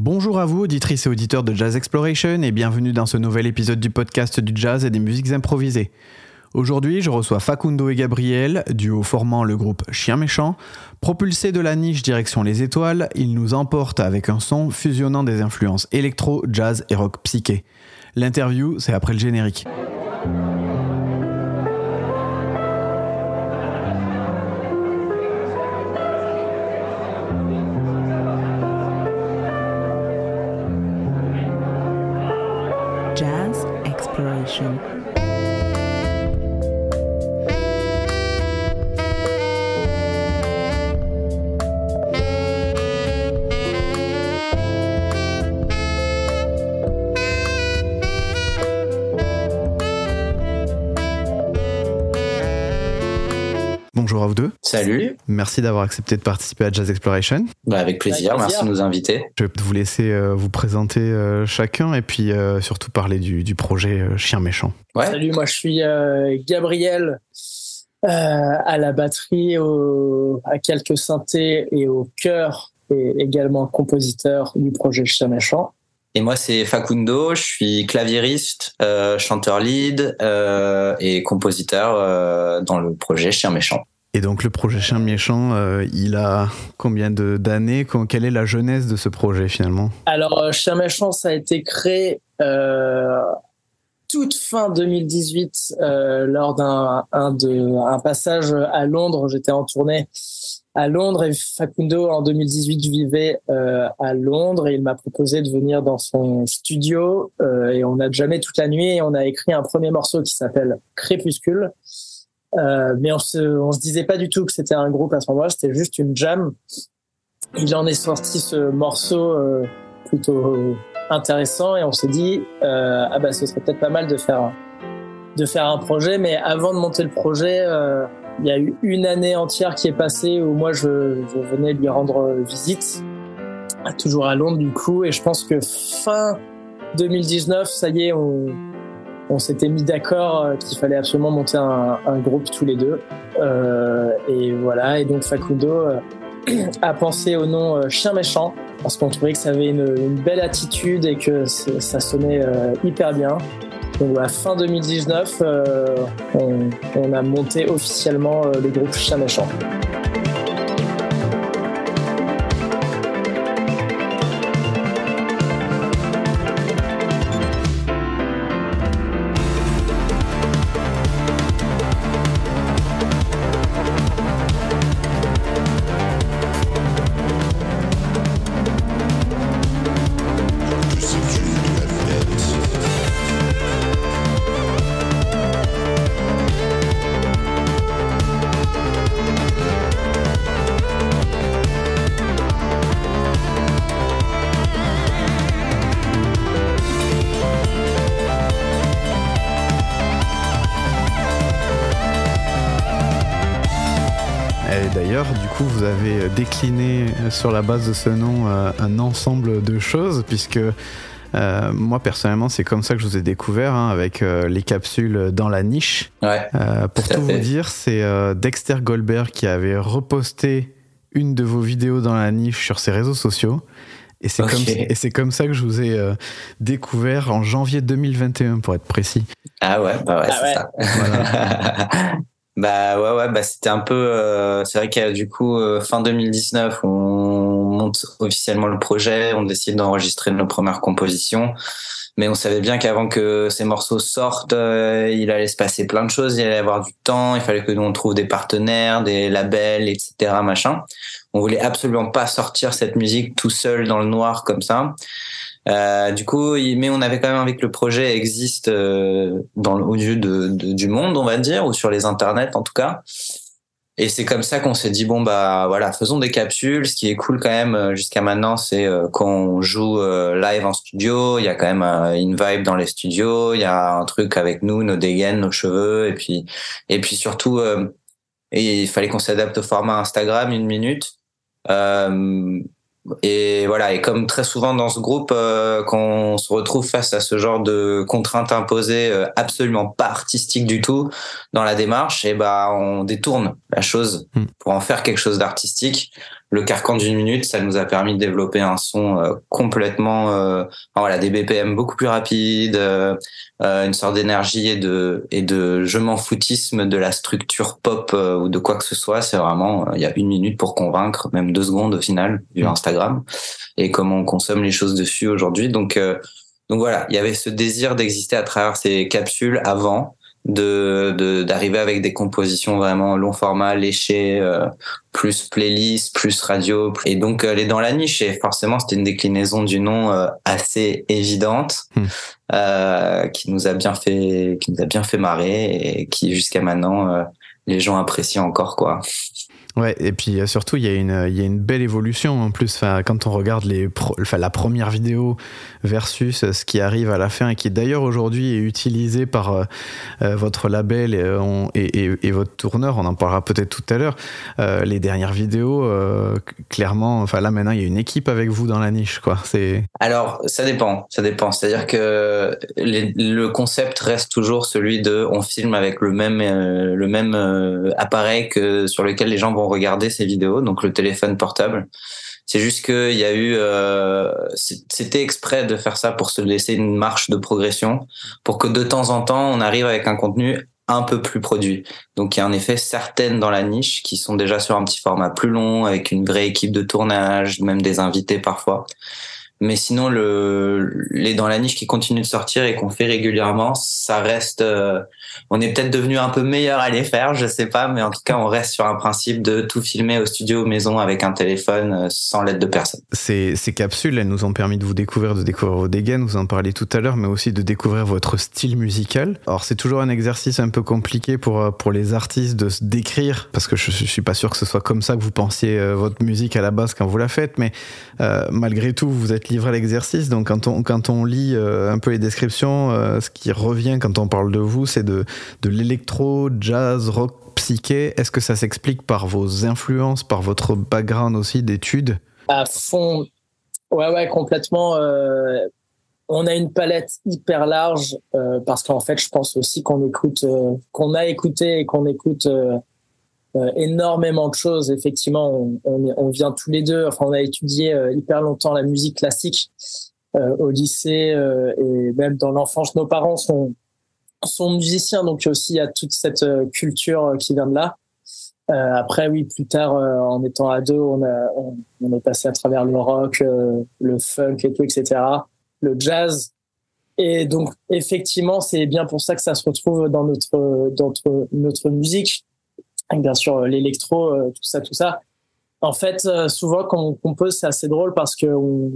Bonjour à vous, auditrices et auditeurs de Jazz Exploration, et bienvenue dans ce nouvel épisode du podcast du jazz et des musiques improvisées. Aujourd'hui, je reçois Facundo et Gabriel, duo formant le groupe Chien Méchant. Propulsés de la niche direction les étoiles, ils nous emportent avec un son fusionnant des influences électro, jazz et rock psyché. L'interview, c'est après le générique. Jazz Exploration. Bonjour à vous deux. Salut. Merci d'avoir accepté de participer à Jazz Exploration. Avec plaisir, merci de nous inviter. Je vais vous laisser vous présenter chacun et puis surtout parler du projet Chien Méchant. Ouais. Salut, moi je suis Gabriel à la batterie, à quelques synthés et au chœur, et également compositeur du projet Chien Méchant. Et moi c'est Facundo, je suis claviériste, chanteur lead et compositeur dans le projet Chien Méchant. Et donc le projet Chien Méchant, il a combien d'années ? Quelle est la genèse de ce projet finalement ? Alors Chien Méchant, ça a été créé toute fin 2018 lors d'un passage à Londres. J'étais en tournée à Londres et Facundo en 2018 vivait à Londres et il m'a proposé de venir dans son studio et on a jamais toute la nuit et on a écrit un premier morceau qui s'appelle Crépuscule. Mais on se disait pas du tout que c'était un groupe à ce moment-là, c'était juste une jam. Il en est sorti ce morceau plutôt intéressant et on s'est dit ce serait peut-être pas mal de faire un projet. Mais avant de monter le projet, il y a eu une année entière qui est passée où moi je venais lui rendre visite, toujours à Londres du coup, et je pense que fin 2019, ça y est, on s'était mis d'accord qu'il fallait absolument monter un groupe tous les deux. Et voilà, et donc Facundo a pensé au nom Chien Méchant, parce qu'on trouvait que ça avait une belle attitude et que ça sonnait hyper bien. Donc à fin 2019, on a monté officiellement le groupe Chien Méchant. D'ailleurs, du coup, vous avez décliné sur la base de ce nom un ensemble de choses, puisque moi, personnellement, c'est comme ça que je vous ai découvert, avec les capsules dans la niche. Ouais, pour tout vous dire, c'est Dexter Goldberg qui avait reposté une de vos vidéos dans la niche sur ses réseaux sociaux. Et c'est comme ça que je vous ai découvert en janvier 2021, pour être précis. Ah ouais, c'est ça. Voilà. C'était un peu c'est vrai que du coup fin 2019 on monte officiellement le projet, on décide d'enregistrer nos premières compositions, mais on savait bien qu'avant que ces morceaux sortent, il allait se passer plein de choses, il allait y avoir du temps, il fallait que nous on trouve des partenaires, des labels, etc. machin. On voulait absolument pas sortir cette musique tout seul dans le noir comme ça. Du coup, mais on avait quand même envie que le projet existe dans le haut lieu du monde, on va dire, ou sur les internets en tout cas. Et c'est comme ça qu'on s'est dit faisons des capsules. Ce qui est cool quand même jusqu'à maintenant, c'est quand on joue live en studio, il y a quand même une vibe dans les studios, il y a un truc avec nous, nos dégaines, nos cheveux, et puis surtout, il fallait qu'on s'adapte au format Instagram 1 minute. Et voilà, et comme très souvent dans ce groupe, quand on se retrouve face à ce genre de contraintes imposées absolument pas artistiques du tout dans la démarche, et on détourne la chose pour en faire quelque chose d'artistique. le carcan d'une minute, ça nous a permis de développer un son complètement, des BPM beaucoup plus rapides, une sorte d'énergie et de je m'en foutisme de la structure pop ou de quoi que ce soit. C'est vraiment, il y a 1 minute pour convaincre, même 2 secondes au final, vu Instagram et comment on consomme les choses dessus aujourd'hui. Donc voilà, il y avait ce désir d'exister à travers ces capsules avant d'arriver avec des compositions vraiment long format, léchées, plus playlist, plus radio, et donc aller dans la niche. Et forcément, c'était une déclinaison du nom assez évidente, qui nous a bien fait marrer et qui jusqu'à maintenant les gens apprécient encore, quoi. Ouais, et puis surtout il y a une belle évolution en plus. Enfin, quand on regarde la première vidéo versus ce qui arrive à la fin, et qui d'ailleurs aujourd'hui est utilisé par votre label et votre tourneur, on en parlera peut-être tout à l'heure. Les dernières vidéos, clairement, enfin là maintenant il y a une équipe avec vous dans la niche, quoi. Alors ça dépend. C'est-à-dire que le concept reste toujours celui de on filme avec le même appareil que sur lequel les gens vont regarder ces vidéos, donc le téléphone portable. C'est juste qu'il y a eu, c'était exprès de faire ça pour se laisser une marche de progression, pour que de temps en temps on arrive avec un contenu un peu plus produit. Donc il y a en effet certaines dans la niche qui sont déjà sur un petit format plus long, avec une vraie équipe de tournage, même des invités parfois. Mais sinon, les dans la niche qui continuent de sortir et qu'on fait régulièrement, ça reste, on est peut-être devenu un peu meilleur à les faire, je sais pas, mais en tout cas, on reste sur un principe de tout filmer au studio, maison, avec un téléphone, sans l'aide de personne. Ces capsules, elles nous ont permis de découvrir vos dégaines, vous en parliez tout à l'heure, mais aussi de découvrir votre style musical. Alors, c'est toujours un exercice un peu compliqué pour les artistes de se décrire, parce que je suis pas sûr que ce soit comme ça que vous pensiez votre musique à la base quand vous la faites, mais malgré tout, vous êtes livré à l'exercice. Donc quand on lit un peu les descriptions, ce qui revient quand on parle de vous, c'est de l'électro, jazz, rock, psyché. Est-ce que ça s'explique par vos influences, par votre background aussi d'études? À fond, ouais, complètement. On a une palette hyper large parce qu'en fait, je pense aussi qu'on a écouté et qu'on écoute énormément de choses. Effectivement, on vient tous les deux. Enfin, on a étudié hyper longtemps la musique classique au lycée et même dans l'enfance. Nos parents sont musiciens, donc aussi il y a toute cette culture qui vient de là. Après, oui, plus tard, en étant ado, on est passé à travers le rock, le funk et tout, etc., le jazz. Et donc, effectivement, c'est bien pour ça que ça se retrouve dans notre musique. Bien sûr, l'électro, tout ça. En fait, souvent, quand on compose, c'est assez drôle parce que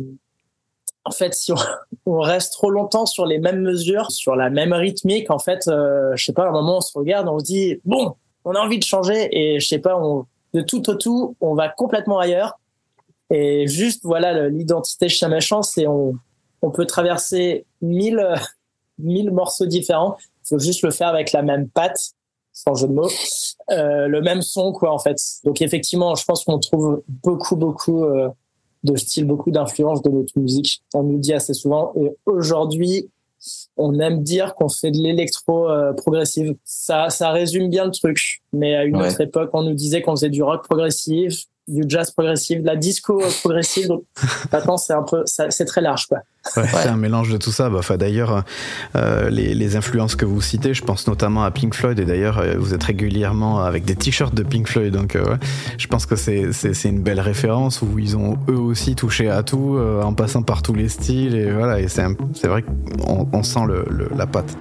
en fait, si on reste trop longtemps sur les mêmes mesures, sur la même rythmique, en fait, je sais pas, à un moment, on se regarde, on se dit, bon, on a envie de changer et je sais pas, de tout au tout, on va complètement ailleurs. Et juste, voilà, l'identité Chien Méchant, c'est on peut traverser 1000 morceaux différents. Il faut juste le faire avec la même patte, sans jeu de mots, le même son, quoi, en fait. Donc, effectivement, je pense qu'on trouve beaucoup de styles, beaucoup d'influences de notre musique. On nous dit assez souvent. Et aujourd'hui, on aime dire qu'on fait de l'électro progressive. Ça résume bien le truc. Mais à une autre époque, on nous disait qu'on faisait du rock progressif, du jazz progressif, de la disco progressive. Donc, maintenant, c'est très large, quoi. Ouais. C'est un mélange de tout ça. D'ailleurs, les influences que vous citez, je pense notamment à Pink Floyd, et d'ailleurs, vous êtes régulièrement avec des t-shirts de Pink Floyd, donc je pense que c'est une belle référence où ils ont eux aussi touché à tout, en passant par tous les styles, et voilà, et c'est vrai qu'on sent la patte.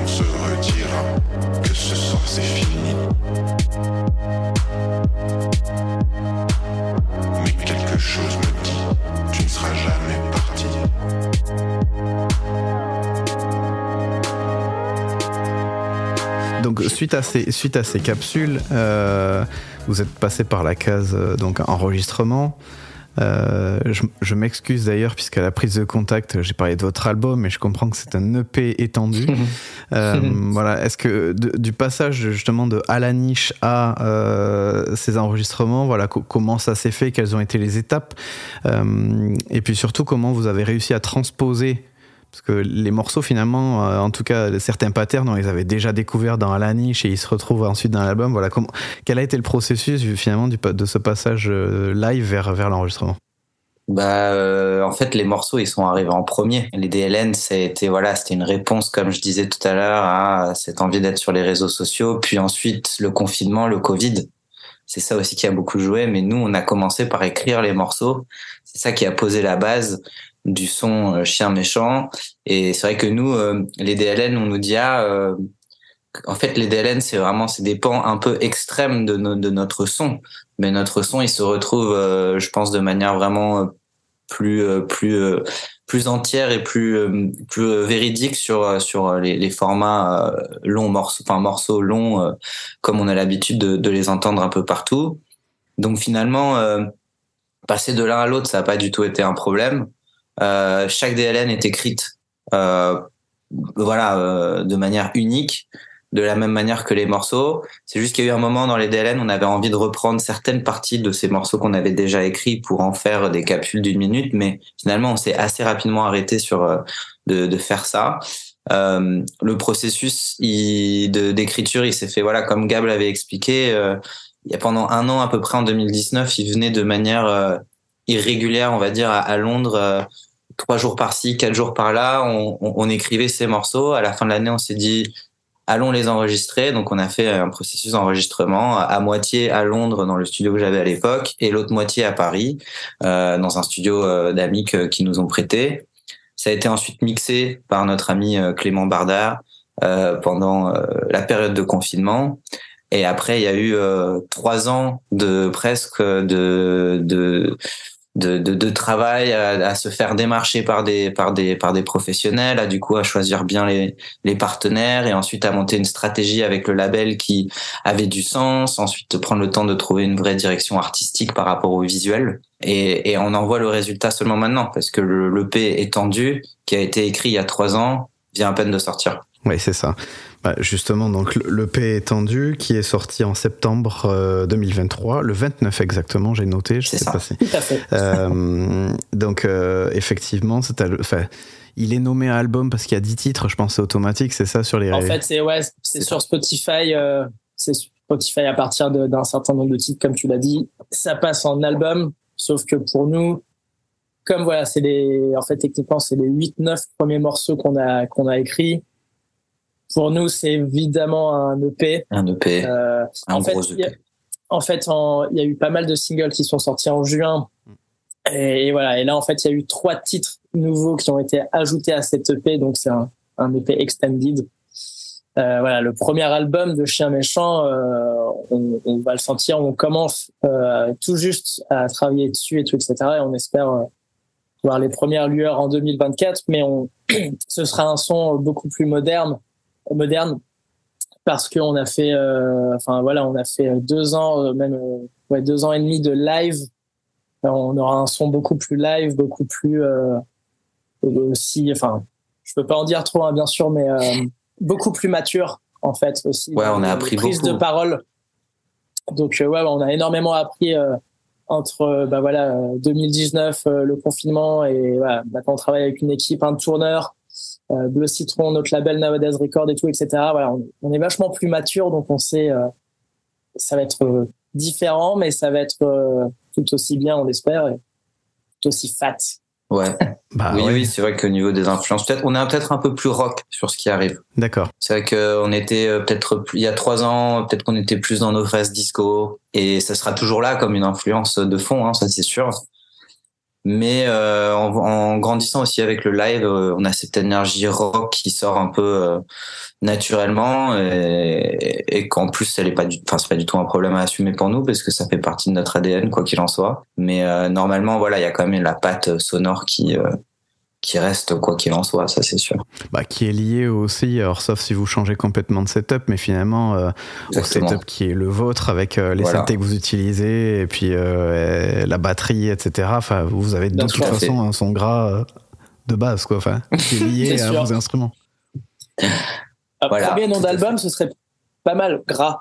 C'est fini. donc suite à ces capsules, vous êtes passé par la case donc enregistrement. Je m'excuse d'ailleurs puisqu'à la prise de contact j'ai parlé de votre album, mais je comprends que c'est un EP étendu. Voilà, est-ce que du passage justement de à la niche à ces enregistrements, voilà, comment ça s'est fait, quelles ont été les étapes, et puis surtout comment vous avez réussi à transposer, parce que les morceaux finalement, en tout cas certains patterns, on les avait déjà découverts dans à la niche et ils se retrouvent ensuite dans l'album. Voilà, quel a été le processus finalement de ce passage live vers l'enregistrement? En fait, les morceaux, ils sont arrivés en premier. Les DLN, c'était une réponse, comme je disais tout à l'heure, à cette envie d'être sur les réseaux sociaux. Puis ensuite, le confinement, le Covid. C'est ça aussi qui a beaucoup joué. Mais nous, on a commencé par écrire les morceaux. C'est ça qui a posé la base du son Chien Méchant. Et c'est vrai que nous, les DLN, on nous dit, en fait, les DLN, c'est des pans un peu extrêmes de notre son. Mais notre son, il se retrouve, je pense, de manière vraiment plus entière et plus véridique sur les formats longs, morceaux longs, comme on a l'habitude de les entendre un peu partout. Donc finalement, passer de l'un à l'autre, ça n'a pas du tout été un problème. Chaque DLN est écrite de manière unique, de la même manière que les morceaux. C'est juste qu'il y a eu un moment dans les DLN, on avait envie de reprendre certaines parties de ces morceaux qu'on avait déjà écrits pour en faire des capsules d'1 minute, mais finalement on s'est assez rapidement arrêté sur de faire ça. Le processus d'écriture, il s'est fait, voilà, comme Gab l'avait expliqué, il y a pendant 1 an à peu près, en 2019, il venait de manière irrégulière, on va dire, à Londres, 3 jours par-ci, 4 jours par-là, on écrivait ces morceaux. À la fin de l'année, on s'est dit, allons les enregistrer. Donc on a fait un processus d'enregistrement à moitié à Londres dans le studio que j'avais à l'époque et l'autre moitié à Paris, dans un studio d'amis qui nous ont prêté. Ça a été ensuite mixé par notre ami Clément Bardard pendant la période de confinement. Et après, il y a eu 3 ans de presque de travail à se faire démarcher par des professionnels, à choisir bien les partenaires et ensuite à monter une stratégie avec le label qui avait du sens, ensuite prendre le temps de trouver une vraie direction artistique par rapport au visuel, et on en voit le résultat seulement maintenant parce que l'EP étendu qui a été écrit il y a 3 ans vient à peine de sortir. Oui, c'est ça. Justement, donc l'EP étendu qui est sorti en septembre 2023, le 29 exactement, j'ai noté. C'est ça. Tout à fait. Donc effectivement, il est nommé à album parce qu'il y a 10 titres, je pense, c'est automatique, c'est ça sur les. En fait, c'est sur Spotify. C'est Spotify à partir d'un certain nombre de titres, comme tu l'as dit. Ça passe en album, sauf que pour nous, comme voilà, techniquement, c'est les 8-9 premiers morceaux qu'on a écrits. Pour nous, c'est évidemment un EP. Un EP. Gros EP. Il y a eu pas mal de singles qui sont sortis en juin. Et voilà. Et là, en fait, il y a eu 3 titres nouveaux qui ont été ajoutés à cet EP. Donc, c'est un EP extended. Voilà. Le premier album de Chien Méchant, on va le sentir. On commence tout juste à travailler dessus et tout, etc. Et on espère voir les premières lueurs en 2024. Mais ce sera un son beaucoup plus moderne parce qu'on a fait on a fait 2 ans 2 ans et demi de live. On aura un son beaucoup plus live, beaucoup plus aussi, je peux pas en dire trop, hein, bien sûr, mais beaucoup plus mature en fait aussi. Ouais, on a appris prise beaucoup de parole. Donc on a énormément appris entre 2019, le confinement, et maintenant on travaille avec une équipe, un tourneur, Bleu Citron, notre label Nowadays Record et tout, etc. Voilà, on est vachement plus mature, donc on sait, ça va être différent, mais ça va être tout aussi bien, on l'espère, et tout aussi fat. Ouais. Oui, c'est vrai qu'au niveau des influences, on est peut-être un peu plus rock sur ce qui arrive. D'accord. C'est vrai qu'on était peut-être, il y a 3 ans, peut-être qu'on était plus dans nos phases disco, et ça sera toujours là comme une influence de fond, hein, ça c'est sûr. Mais en grandissant aussi avec le live, on a cette énergie rock qui sort un peu naturellement, et qu'en plus c'est pas du tout un problème à assumer pour nous parce que ça fait partie de notre ADN quoi qu'il en soit. Mais normalement, voilà, il y a quand même la patte sonore qui qui reste quoi qu'il en soit, ça c'est sûr. Qui est lié aussi, alors sauf si vous changez complètement de setup, mais finalement au setup qui est le vôtre avec les synthés que vous utilisez et puis la batterie, etc. Enfin, vous avez de toute façon un son gras de base, quoi, enfin, qui est lié à vos instruments. Un premier nom d'album, ce serait pas mal, Gras.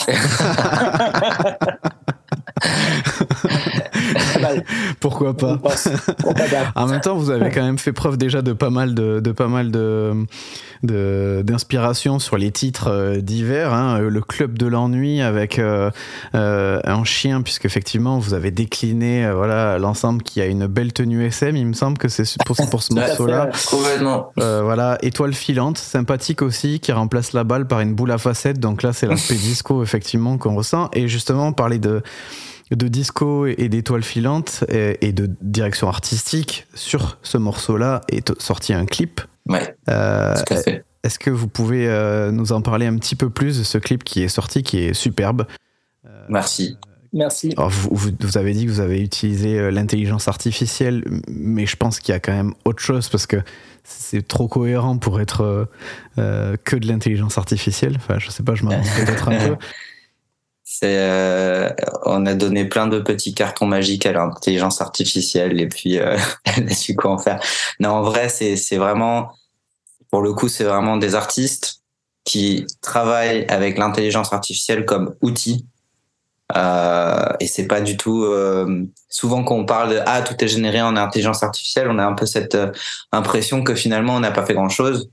Pourquoi pas. En même temps, vous avez quand même fait preuve déjà de pas mal d'inspiration sur les titres divers, hein. Le Club de l'ennui avec un chien, puisque effectivement vous avez décliné l'ensemble qui a une belle tenue SM, il me semble que c'est pour ce morceau-là. Complètement. Voilà, Étoile filante, sympathique aussi, qui remplace la balle par une boule à facettes. Donc là, c'est l'aspect disco effectivement qu'on ressent. Et justement, parler de disco et d'étoiles filantes et de direction artistique sur ce morceau-là est sorti un clip. Ouais, tout à fait. Est-ce que vous pouvez nous en parler un petit peu plus de ce clip qui est sorti, qui est superbe? Merci. Alors vous avez dit que vous avez utilisé l'intelligence artificielle, mais je pense qu'il y a quand même autre chose parce que c'est trop cohérent pour être que de l'intelligence artificielle. Enfin, je sais pas, je m'avance peut-être un peu. On a donné plein de petits cartons magiques à l'intelligence artificielle et puis elle a su quoi en faire. Non, en vrai, c'est vraiment, pour le coup, c'est vraiment des artistes qui travaillent avec l'intelligence artificielle comme outil. Et c'est pas du tout souvent quand on parle de tout est généré en intelligence artificielle, on a un peu cette impression que finalement on n'a pas fait grand chose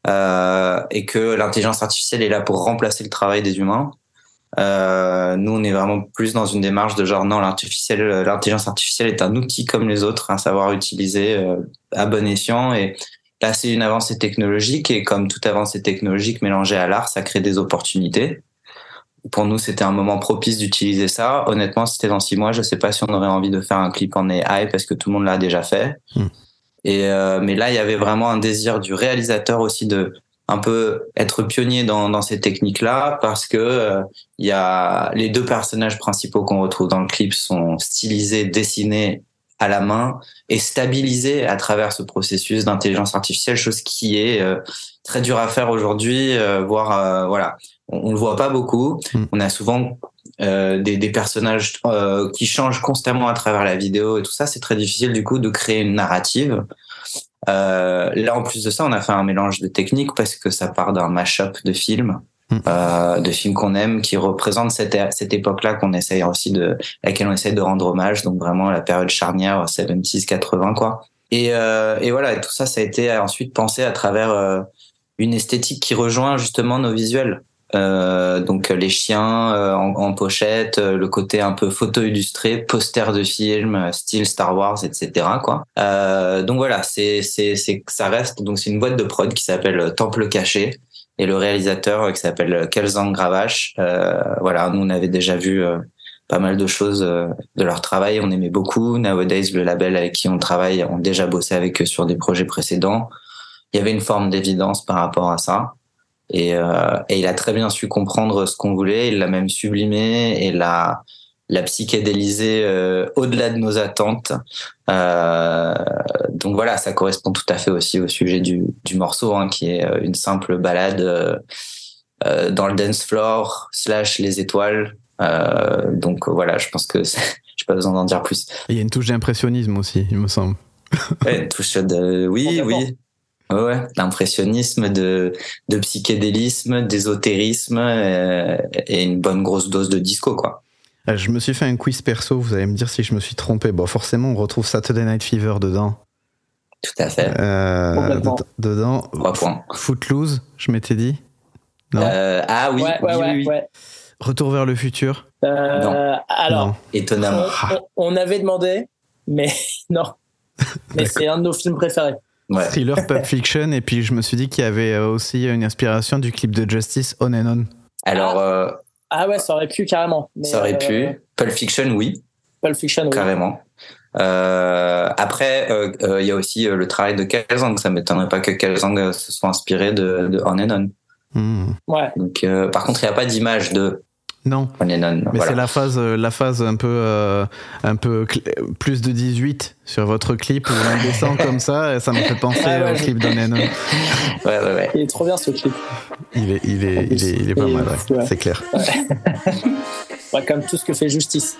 et que l'intelligence artificielle est là pour remplacer le travail des humains. Nous on est vraiment plus dans une démarche de genre non, l'intelligence artificielle est un outil comme les autres, un savoir utiliser à bon escient, et là c'est une avancée technologique, et comme toute avancée technologique mélangée à l'art, ça crée des opportunités. Pour nous, c'était un moment propice d'utiliser ça. Honnêtement, si c'était dans 6 mois, je sais pas si on aurait envie de faire un clip en AI parce que tout le monde l'a déjà fait. Et mais là, il y avait vraiment un désir du réalisateur aussi de un peu être pionnier dans ces techniques-là, parce que il y a les 2 personnages principaux qu'on retrouve dans le clip sont stylisés, dessinés à la main et stabilisés à travers ce processus d'intelligence artificielle, chose qui est très dur à faire aujourd'hui, voire on le voit pas beaucoup. On a souvent des personnages qui changent constamment à travers la vidéo et tout ça. C'est très difficile du coup de créer une narrative. Là, en plus de ça, on a fait un mélange de techniques parce que ça part d'un mash-up de films, de films qu'on aime, qui représentent cette époque-là laquelle on essaie de rendre hommage. Donc vraiment la période charnière 70s, 80 quoi. Et voilà, tout ça a été ensuite pensé à travers une esthétique qui rejoint justement nos visuels. Donc les chiens en pochette, le côté un peu photo illustré, poster de film, style Star Wars, etc. quoi. Donc voilà, ça reste. Donc c'est une boîte de prod qui s'appelle Temple Caché, et le réalisateur qui s'appelle Kelzang Gravache. Voilà, nous on avait déjà vu pas mal de choses de leur travail, on aimait beaucoup. Nowadays, le label avec qui on travaille, on a déjà bossé avec eux sur des projets précédents. Il y avait une forme d'évidence par rapport à ça. Et il a très bien su comprendre ce qu'on voulait, il l'a même sublimé et l'a psychédélisé au-delà de nos attentes. Donc voilà, ça correspond tout à fait aussi au sujet du morceau, hein, qui est une simple balade dans le dance floor / les étoiles. Donc voilà, je pense que j'ai pas besoin d'en dire plus. Il y a une touche d'impressionnisme aussi, il me semble. Ouais, une touche de... Oui. Ouais, d'impressionnisme, de psychédélisme, d'ésotérisme et une bonne grosse dose de disco, quoi. Je me suis fait un quiz perso, vous allez me dire si je me suis trompé. Bon, forcément, on retrouve Saturday Night Fever dedans. Tout à fait. Dedans. 3 points. Footloose, je m'étais dit. Non. Oui, oui. Retour vers le futur. Non. Alors, non. Étonnamment. On avait demandé, mais non. Mais c'est un de nos films préférés. Ouais. Thriller, Pulp Fiction, et puis je me suis dit qu'il y avait aussi une inspiration du clip de Justice, On and On. Alors, ouais, ça aurait pu carrément. Mais ça aurait pu. Pulp Fiction, oui. Pulp Fiction, oui. Carrément. Après, il y a aussi le travail de Kelzang. Ça m'étonnerait pas que Kelzang se soit inspiré de On and On. Ouais. Donc, par contre, il n'y a pas d'image de Non, mais voilà. C'est la phase un peu plus de 18 sur votre clip où on descend comme ça me fait penser au clip d'On and On. Ouais. Il est trop bien ce clip. Il est pas mal, ouais. C'est clair. Ouais, comme tout ce que fait Justice.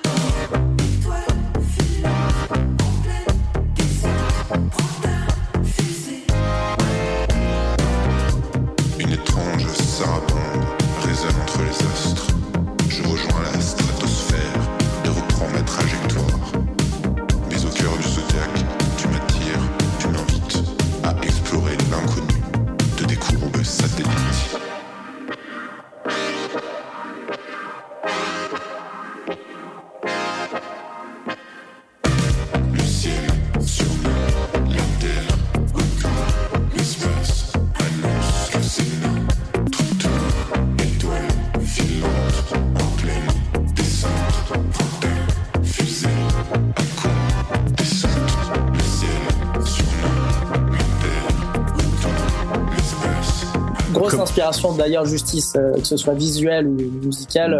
Une étrange sarabande résonne entre les astres. Je rejoins la stratosphère et reprends ma trajectoire. Mais au cœur du zodiaque, tu m'attires, tu m'invites à explorer l'inconnu de des courbes satellites. Le ciel surmonte la terre autour, l'espace annonce que c'est notre tour. Étoiles filantes en pleine descente, fantômes, fusées à coups descente. Le ciel surmonte la terre autour, l'espace. Grosse inspiration d'ailleurs Justice, que ce soit visuel ou musical.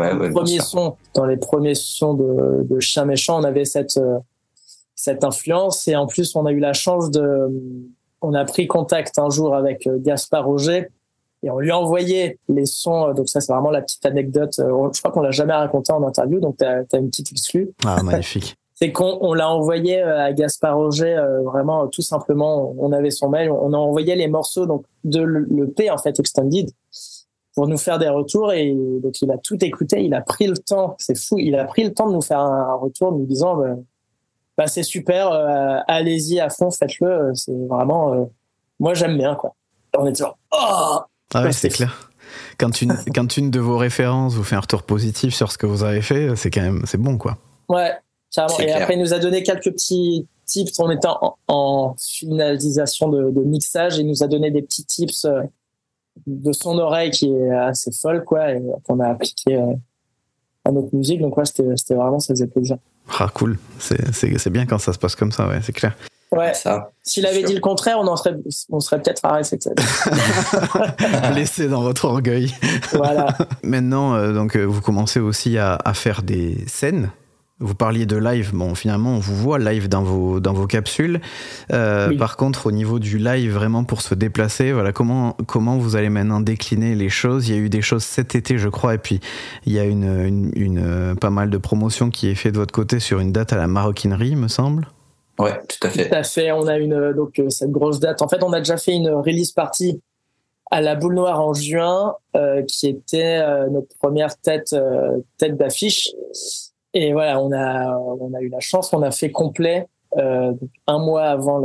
Dans les premiers sons de Chien Méchant, on avait cette influence, et en plus on a eu la chance on a pris contact un jour avec Gaspard Roger et on lui a envoyé les sons. Donc ça, c'est vraiment la petite anecdote. Je crois qu'on l'a jamais raconté en interview, donc t'as une petite exclue. Ah, magnifique. C'est qu'on l'a envoyé à Gaspard Roger, vraiment tout simplement. On avait son mail, on a envoyé les morceaux donc de l'EP en fait Extended pour nous faire des retours, et donc il a tout écouté, il a pris le temps, c'est fou, il a pris le temps de nous faire un retour, nous disant bah c'est super, allez-y à fond, faites-le, c'est vraiment moi j'aime bien quoi. On est genre ah ouais, c'est clair. Quand une de vos références vous fait un retour positif sur ce que vous avez fait, c'est bon quoi. Ouais. Carrément. Et après, il nous a donné quelques petits tips. On était en finalisation de mixage, et il nous a donné des petits tips de son oreille qui est assez folle, quoi, et qu'on a appliqué à notre musique. Donc, ouais, c'était vraiment, ça faisait plaisir. Ah, cool. C'est bien quand ça se passe comme ça, ouais, c'est clair. Ouais, ça. S'il avait dit le contraire, on serait peut-être arrêté. Laissez dans votre orgueil. Voilà. Maintenant, donc, vous commencez aussi à faire des scènes. Vous parliez de live, bon finalement on vous voit live dans vos capsules. Oui. Par contre au niveau du live vraiment pour se déplacer, voilà comment vous allez maintenant décliner les choses. Il y a eu des choses cet été je crois, et puis il y a une pas mal de promotions qui est fait de votre côté sur une date à la Maroquinerie me semble. Ouais, tout à fait. Tout à fait, on a donc cette grosse date. En fait on a déjà fait une release party à la Boule Noire en juin, qui était notre première tête d'affiche. Et voilà, on a eu la chance, on a fait complet un mois avant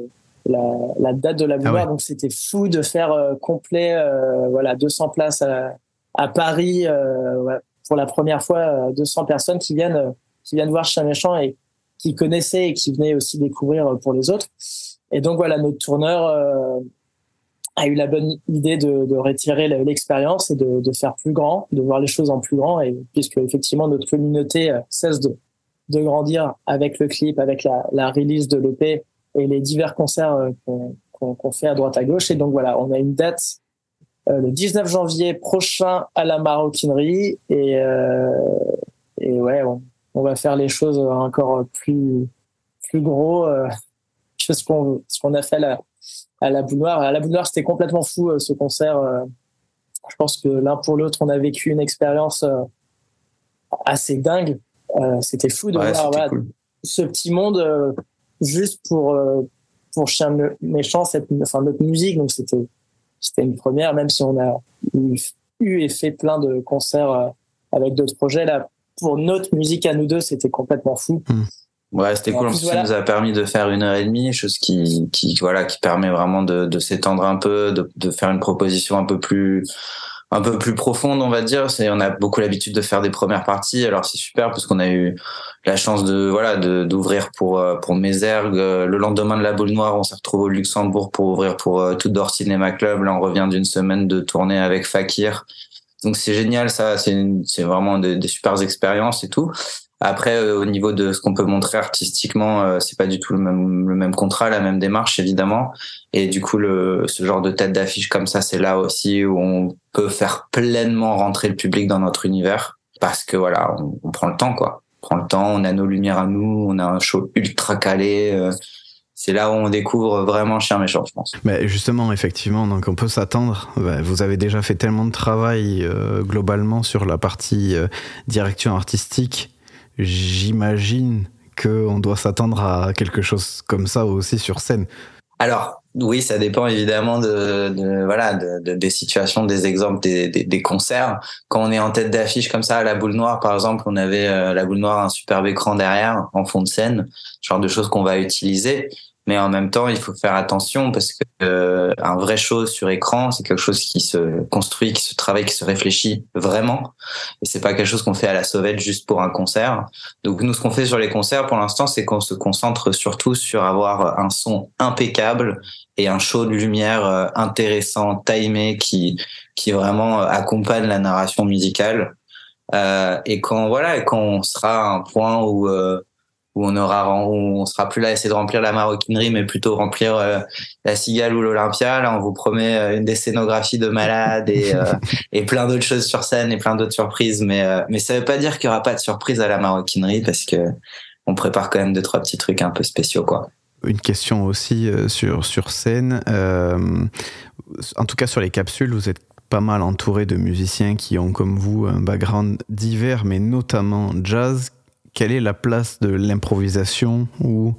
la date de la Boule Noire, donc c'était fou de faire complet, 200 places à Paris, pour la première fois, 200 personnes qui viennent voir Chien Méchant et qui connaissaient et qui venaient aussi découvrir pour les autres. Et donc voilà, notre tourneur a eu la bonne idée de retirer l'expérience et de faire plus grand, de voir les choses en plus grand, et puisque effectivement notre communauté cesse de grandir avec le clip, avec la release de l'EP et les divers concerts qu'on fait à droite à gauche. Et donc voilà, on a une date le 19 janvier prochain à la Maroquinerie, et ouais, on va faire les choses encore plus gros que ce qu'on a fait à la Boule Noire. À la Boule Noire, c'était complètement fou ce concert. Je pense que l'un pour l'autre, on a vécu une expérience assez dingue. C'était fou de voir cool. Ce petit monde juste pour Chien Méchant, notre musique. Donc c'était une première, même si on a eu et fait plein de concerts avec d'autres projets. Là, pour notre musique à nous deux, c'était complètement fou. Ouais, c'était cool. En plus, ça nous a permis de faire 1h30, chose qui permet vraiment de s'étendre un peu, de faire une proposition un peu plus profonde, on va dire. On a beaucoup l'habitude de faire des premières parties. Alors, c'est super parce qu'on a eu la chance d'ouvrir pour Mézergue. Le lendemain de la Boule Noire, on s'est retrouvé au Luxembourg pour ouvrir pour Tudor Cinema Club. Là, on revient d'une semaine de tournée avec Fakir. Donc, c'est génial, ça. C'est vraiment des super expériences et tout. Après, au niveau de ce qu'on peut montrer artistiquement, c'est pas du tout le même contrat, la même démarche, évidemment. Et du coup, ce genre de tête d'affiche comme ça, c'est là aussi où on peut faire pleinement rentrer le public dans notre univers. Parce que voilà, on prend le temps, quoi. On prend le temps, on a nos lumières à nous, on a un show ultra calé. C'est là où on découvre vraiment Chien Méchant, je pense. Mais justement, effectivement, donc on peut s'attendre. Vous avez déjà fait tellement de travail globalement sur la partie direction artistique. J'imagine qu'on doit s'attendre à quelque chose comme ça aussi sur scène. Alors, oui, ça dépend évidemment des situations, des exemples, des concerts. Quand on est en tête d'affiche comme ça, à la Boule Noire, par exemple, on avait la Boule Noire, un superbe écran derrière, en fond de scène, genre de choses qu'on va utiliser. Mais en même temps, il faut faire attention parce que un vrai show sur écran, c'est quelque chose qui se construit, qui se travaille, qui se réfléchit vraiment. Et c'est pas quelque chose qu'on fait à la sauvette juste pour un concert. Donc nous, ce qu'on fait sur les concerts pour l'instant, c'est qu'on se concentre surtout sur avoir un son impeccable et un show de lumière intéressant, timé, qui vraiment accompagne la narration musicale. Et quand on sera à un point où on sera plus là à essayer de remplir la maroquinerie, mais plutôt remplir la Cigale ou l'Olympia. Là, on vous promet des scénographies de malades et plein d'autres choses sur scène et plein d'autres surprises. Mais ça veut pas dire qu'il y aura pas de surprise à la maroquinerie parce que on prépare quand même 2-3 petits trucs un peu spéciaux, quoi. Une question aussi sur scène. En tout cas, sur les capsules, vous êtes pas mal entouré de musiciens qui ont, comme vous, un background divers, mais notamment jazz. Quelle est la place de l'improvisation ou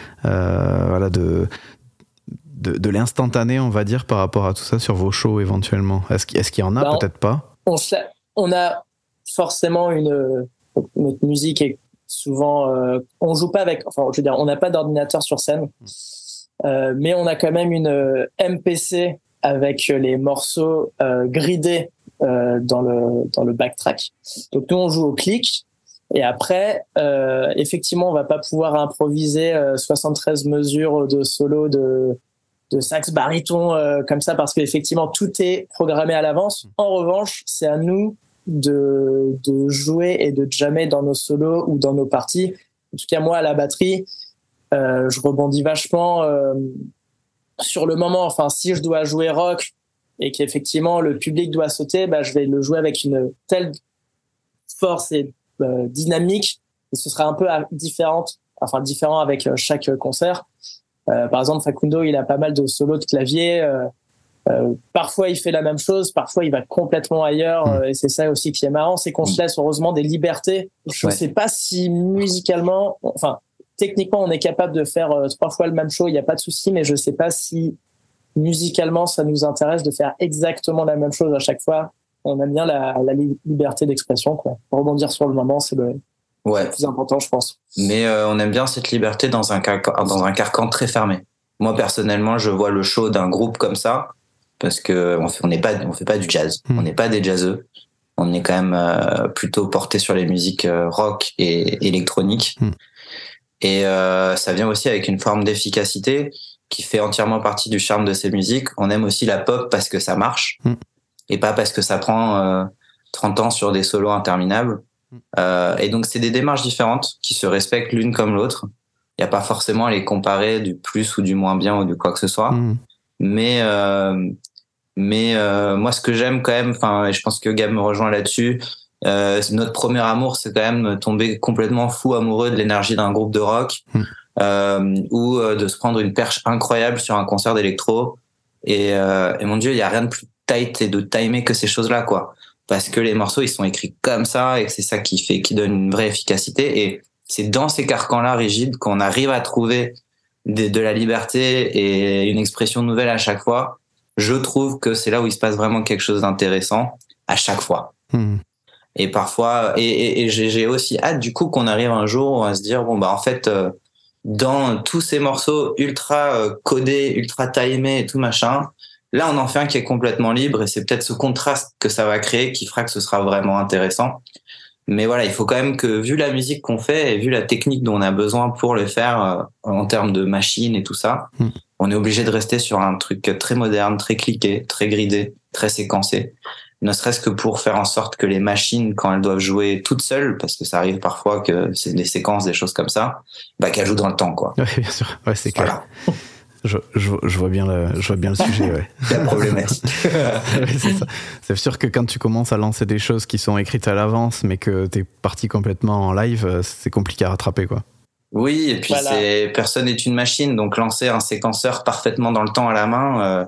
de l'instantané, on va dire, par rapport à tout ça sur vos shows éventuellement? Est-ce qu'il y en a? Peut-être pas. On a forcément notre musique est souvent on joue pas avec, enfin je veux dire, on n'a pas d'ordinateur sur scène, mais on a quand même une MPC avec les morceaux gridés dans le backtrack. Donc nous on joue au clic. Et après, effectivement, on va pas pouvoir improviser 73 mesures de solo de sax baryton comme ça parce qu'effectivement tout est programmé à l'avance. En revanche, c'est à nous de jouer et de jammer dans nos solos ou dans nos parties. En tout cas, moi à la batterie, je rebondis vachement sur le moment. Enfin, si je dois jouer rock et qu'effectivement le public doit sauter, je vais le jouer avec une telle force et dynamique, et ce sera un peu différent avec chaque concert. Par exemple, Facundo, il a pas mal de solos de clavier. Parfois, il fait la même chose, parfois, il va complètement ailleurs. Et c'est ça aussi qui est marrant, c'est qu'on se laisse heureusement des libertés. Je sais pas si musicalement, techniquement, on est capable de faire 3 fois le même show, il n'y a pas de souci, mais je sais pas si musicalement, ça nous intéresse de faire exactement la même chose à chaque fois. On aime bien la liberté d'expression, quoi. Rebondir sur le moment, c'est le plus important, je pense. Mais on aime bien cette liberté dans un carcan très fermé. Moi, personnellement, je vois le show d'un groupe comme ça parce que on fait pas du jazz. On n'est pas des jazzeux. On est quand même plutôt porté sur les musiques rock et électroniques. Et ça vient aussi avec une forme d'efficacité qui fait entièrement partie du charme de ces musiques. On aime aussi la pop parce que ça marche. Et pas parce que ça prend 30 ans sur des solos interminables. Et donc, c'est des démarches différentes qui se respectent l'une comme l'autre. Il n'y a pas forcément à les comparer du plus ou du moins bien ou de quoi que ce soit. Mais moi, ce que j'aime quand même, et je pense que Gab me rejoint là-dessus, notre premier amour, c'est quand même tomber complètement fou amoureux de l'énergie d'un groupe de rock ou de se prendre une perche incroyable sur un concert d'électro. Et mon Dieu, il n'y a rien de plus tight et de timé que ces choses-là, quoi. Parce que les morceaux, ils sont écrits comme ça et que c'est ça qui donne une vraie efficacité. Et c'est dans ces carcans-là rigides qu'on arrive à trouver de la liberté et une expression nouvelle à chaque fois. Je trouve que c'est là où il se passe vraiment quelque chose d'intéressant à chaque fois. Et parfois, et j'ai aussi hâte du coup qu'on arrive un jour où on va se dire, en fait, dans tous ces morceaux ultra codés, ultra timés et tout machin, là, on en fait un qui est complètement libre et c'est peut-être ce contraste que ça va créer qui fera que ce sera vraiment intéressant. Mais voilà, il faut quand même que, vu la musique qu'on fait et vu la technique dont on a besoin pour le faire en termes de machines et tout ça, on est obligé de rester sur un truc très moderne, très cliqué, très gridé, très séquencé. ne serait-ce que pour faire en sorte que les machines, quand elles doivent jouer toutes seules, parce que ça arrive parfois que c'est des séquences, des choses comme ça, qu'elles jouent dans le temps, quoi. Ouais, bien sûr. Ouais, c'est clair. Voilà. Je vois bien le sujet, ouais. La problématique. Ouais, c'est ça. C'est sûr que quand tu commences à lancer des choses qui sont écrites à l'avance, mais que t'es parti complètement en live, c'est compliqué à rattraper, quoi. Oui, et puis Voilà. personne n'est une machine, donc lancer un séquenceur parfaitement dans le temps à la main,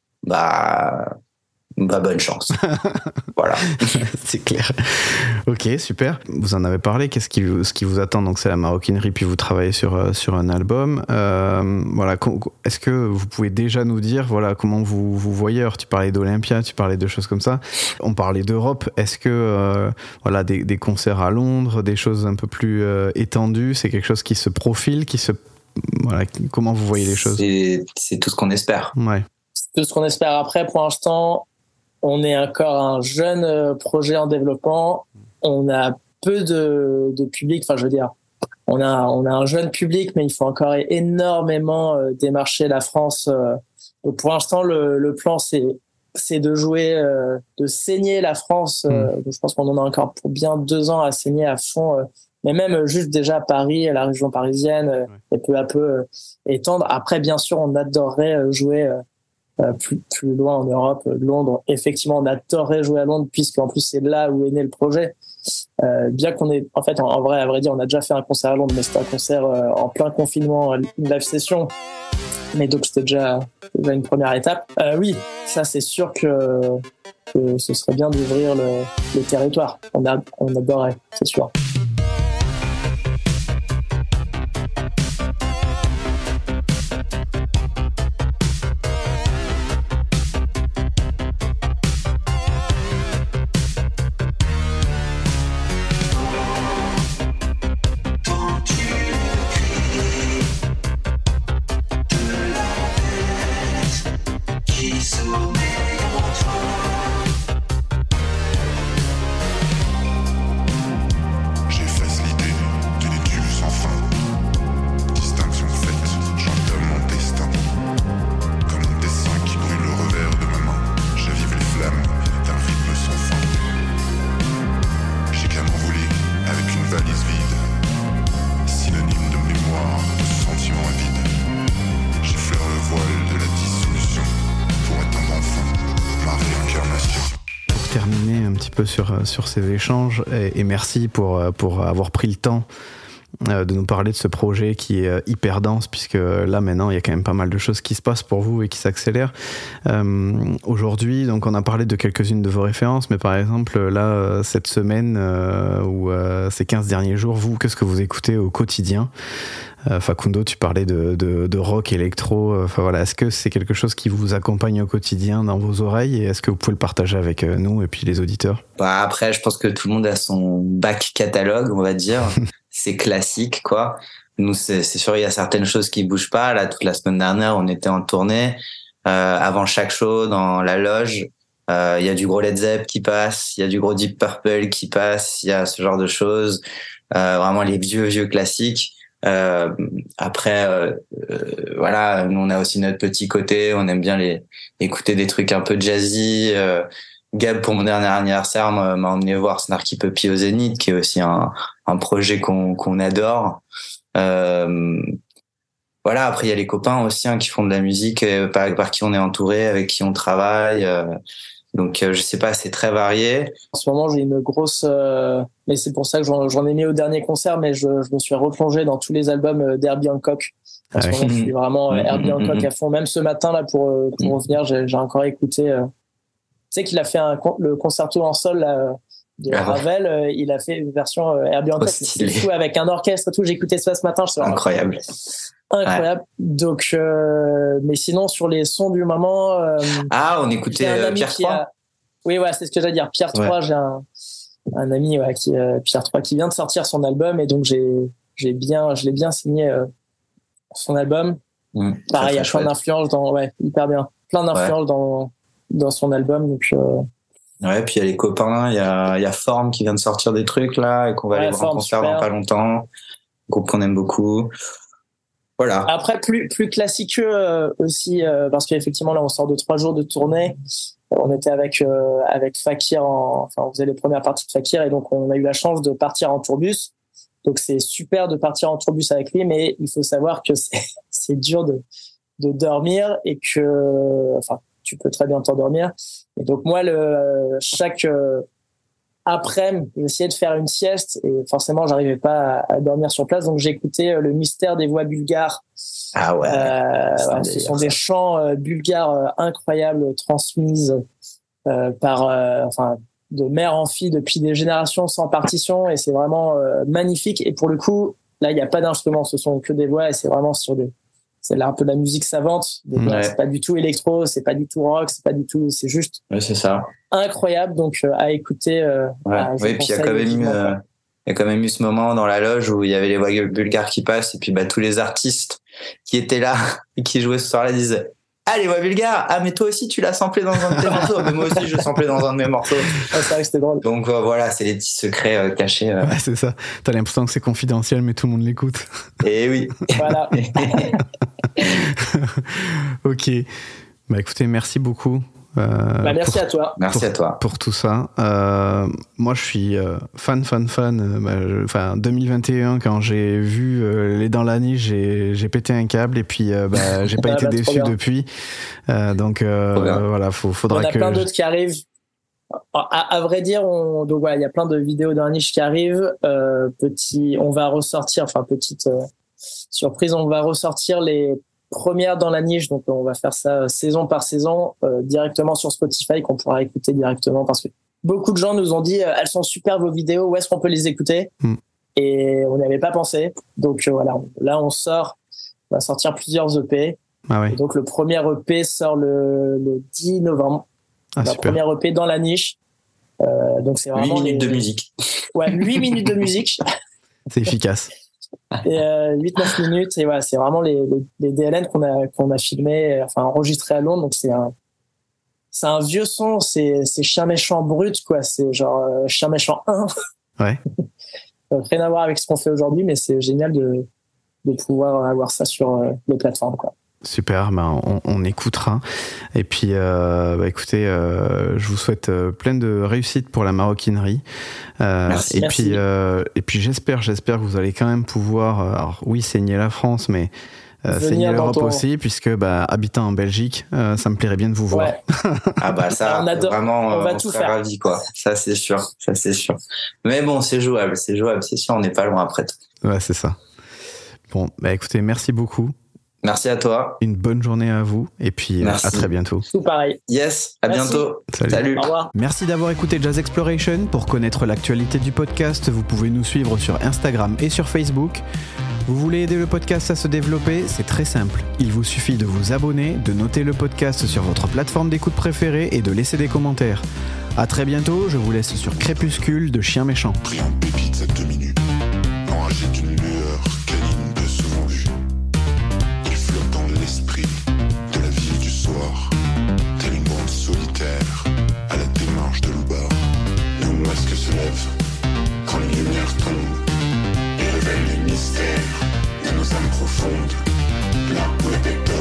bonne chance. Voilà. C'est clair. Ok, super. Vous en avez parlé. Ce qui vous attend? Donc c'est la maroquinerie, puis vous travaillez sur un album. Voilà. Est-ce que vous pouvez déjà nous dire, voilà, comment vous voyez? Alors, tu parlais d'Olympia, tu parlais de choses comme ça. On parlait d'Europe. Est-ce que voilà, des concerts à Londres, des choses un peu plus étendues, c'est quelque chose qui se profile, voilà, comment vous voyez les choses? C'est tout ce qu'on espère. Ouais. C'est tout ce qu'on espère. Après, pour l'instant, on est encore un jeune projet en développement. On a peu de public. Enfin, je veux dire, on a un jeune public, mais il faut encore énormément démarcher la France. Donc pour l'instant, le plan, c'est de jouer, de saigner la France. Donc je pense qu'on en a encore pour bien 2 ans à saigner à fond. Mais même juste déjà Paris, la région parisienne, et peu à peu étendre. Après, bien sûr, on adorerait jouer plus loin en Europe, Londres. Effectivement, on adorerait jouer à Londres, puisqu'en plus c'est là où est né le projet. Bien qu'on ait, en fait, en vrai, à vrai dire, on a déjà fait un concert à Londres, mais c'était un concert en plein confinement, une live session. Mais donc c'était déjà une première étape. Oui, ça c'est sûr que ce serait bien d'ouvrir le territoire. On adorerait, c'est sûr. J'efface l'idée d'une étude sans fin. Distinction faite, j'entame mon destin. Comme un dessin qui brûle le revers de ma main. J'avive les flammes d'un rythme sans fin. J'ai qu'à m'envoler avec une valise vide. Synonyme de mémoire, de sentiments vides. J'effleure le voile de la dissolution pour atteindre enfin ma réincarnation. Pour terminer un petit peu sur ces échanges, et merci pour avoir pris le temps de nous parler de ce projet qui est hyper dense, puisque là maintenant il y a quand même pas mal de choses qui se passent pour vous et qui s'accélèrent. Aujourd'hui, donc on a parlé de quelques-unes de vos références, mais par exemple là cette semaine ou ces 15 derniers jours, vous, qu'est-ce que vous écoutez au quotidien? Facundo, tu parlais de rock électro. Enfin voilà, est-ce que c'est quelque chose qui vous accompagne au quotidien dans vos oreilles, et est-ce que vous pouvez le partager avec nous et puis les auditeurs? Après, je pense que tout le monde a son back catalogue, on va dire. C'est classique, quoi. Nous, c'est sûr, il y a certaines choses qui bougent pas. Là, toute la semaine dernière, on était en tournée. Avant chaque show, dans la loge, il y a du gros Led Zepp qui passe, il y a du gros Deep Purple qui passe, il y a ce genre de choses. Vraiment les vieux classiques. Après, voilà, nous on a aussi notre petit côté, on aime bien écouter des trucs un peu jazzy. Gab, pour mon dernier anniversaire, m'a emmené voir Snarky Puppy au Zénith, qui est aussi un projet qu'on adore. Voilà, après il y a les copains aussi qui font de la musique, par qui on est entouré, avec qui on travaille. Donc je sais pas, c'est très varié. En ce moment, j'ai une grosse... mais c'est pour ça que j'en ai mis au dernier concert, mais je me suis replongé dans tous les albums d'Herbie Hancock. En ce moment, je suis vraiment Herbie Hancock à fond. Même ce matin, là, pour revenir, j'ai encore écouté... Tu sais qu'il a fait le concerto en sol là, de Ravel. Il a fait une version Herbie Hancock. C'est fou, avec un orchestre et tout. J'ai écouté ça ce matin. Incroyable. Incroyable. Ouais. Donc, mais sinon, sur les sons du moment... on écoutait Pierre 3. Oui, ouais, c'est ce que j'allais dire. Pierre 3, j'ai un ami Pierre 3 qui vient de sortir son album, et donc je l'ai bien signé son album. Pareil, il y a plein d'influences hyper bien. Plein d'influences dans son album. Donc, ouais, puis il y a les copains, il y a Forme qui vient de sortir des trucs là, et qu'on va aller voir en concert dans pas longtemps. Groupe qu'on aime beaucoup. Voilà. Après, plus classique aussi, parce qu'effectivement, là, on sort de 3 jours de tournée. on était avec Fakir, on faisait les premières parties de Fakir, et donc on a eu la chance de partir en tourbus. Donc c'est super de partir en tourbus avec lui, mais il faut savoir que c'est dur de dormir, et que, tu peux très bien t'endormir. Et donc moi, chaque après-midi, j'essayais de faire une sieste, et forcément, j'arrivais pas à dormir sur place. Donc j'écoutais le mystère des voix bulgares. Ah ouais. Ce sont des chants bulgares incroyables, transmises par, de mère en fille depuis des générations, sans partition, et c'est vraiment magnifique. Et pour le coup, là, il n'y a pas d'instruments, ce sont que des voix, et c'est vraiment c'est là un peu de la musique savante. Ouais. C'est pas du tout électro, c'est pas du tout rock, c'est juste c'est ça. Incroyable. Donc à écouter. Oui, puis il y a quand même eu ce moment dans la loge où il y avait les voix bulgares qui passent, et puis tous les artistes qui étaient là et qui jouaient ce soir-là disaient: ah, les voix bulgares, ah, mais toi aussi tu l'as samplé dans un de tes morceaux, mais moi aussi je samplé dans un de mes morceaux. C'est vrai que c'était drôle. Donc voilà, c'est les petits secrets cachés. Ouais, c'est ça. T'as l'impression que c'est confidentiel, mais tout le monde l'écoute. Et oui. Voilà. Ok. Écoutez, merci beaucoup. Merci à toi. Merci à toi. Pour tout ça. Moi, je suis fan. 2021, quand j'ai vu Les Dents la Niche, j'ai pété un câble, et puis j'ai pas été déçu depuis. Donc voilà, faudra que... On a plein d'autres qui arrivent. À vrai dire, donc voilà, il y a plein de vidéos dans la niche qui arrivent. On va ressortir, petite surprise, on va ressortir les première dans la niche, donc on va faire ça saison par saison directement sur Spotify, qu'on pourra écouter directement, parce que beaucoup de gens nous ont dit elles sont super vos vidéos, où est-ce qu'on peut les écouter? Et on n'y avait pas pensé, donc voilà, là on va sortir plusieurs EP. Ouais. Et donc le premier EP sort le 10 novembre, la première EP dans la niche, donc c'est vraiment 8 minutes de musique. Ouais, 8 minutes de musique. C'est efficace. Et 8-9 minutes, et voilà, c'est vraiment les DLN qu'on a filmé, enregistré à Londres. Donc c'est un vieux son, c'est Chien Méchant brut, quoi. C'est genre Chien Méchant 1. Ouais. Rien à voir avec ce qu'on fait aujourd'hui, mais c'est génial de pouvoir avoir ça sur les plateformes, quoi. Super, on écoutera. Et puis, écoutez, je vous souhaite plein de réussite pour la maroquinerie. Merci. Et puis j'espère que vous allez quand même pouvoir, alors oui, saigner la France, mais saigner l'Europe aussi, puisque habitant en Belgique, ça me plairait bien de vous voir. Ouais. Ah ça, on adore, vraiment, on va on tout serait faire. ravis, quoi. Ça c'est sûr. Mais bon, c'est jouable, c'est sûr, on n'est pas loin après tout. Ouais, c'est ça. Bon, écoutez, merci beaucoup. Merci à toi. Une bonne journée à vous, et puis à très bientôt. Tout pareil. Yes, à Merci. bientôt. Salut. Au revoir. Merci d'avoir écouté Jazz Exploration. Pour connaître l'actualité du podcast, vous pouvez nous suivre sur Instagram et sur Facebook. Vous voulez aider le podcast à se développer? C'est très simple. Il vous suffit de vous abonner, de noter le podcast sur votre plateforme d'écoute préférée et de laisser des commentaires. À très bientôt, je vous laisse sur Crépuscule de Chien Méchant. Pris en pépite à demi-nu, enragé d'une lueur câline peu souvent vue. Il flotte dans l'esprit de la ville du soir, tel une bande solitaire à la démarche de Loubar. Nos masques se lèvent quand les lumières tombent et révèlent les mystères de nos âmes profondes, là où la bête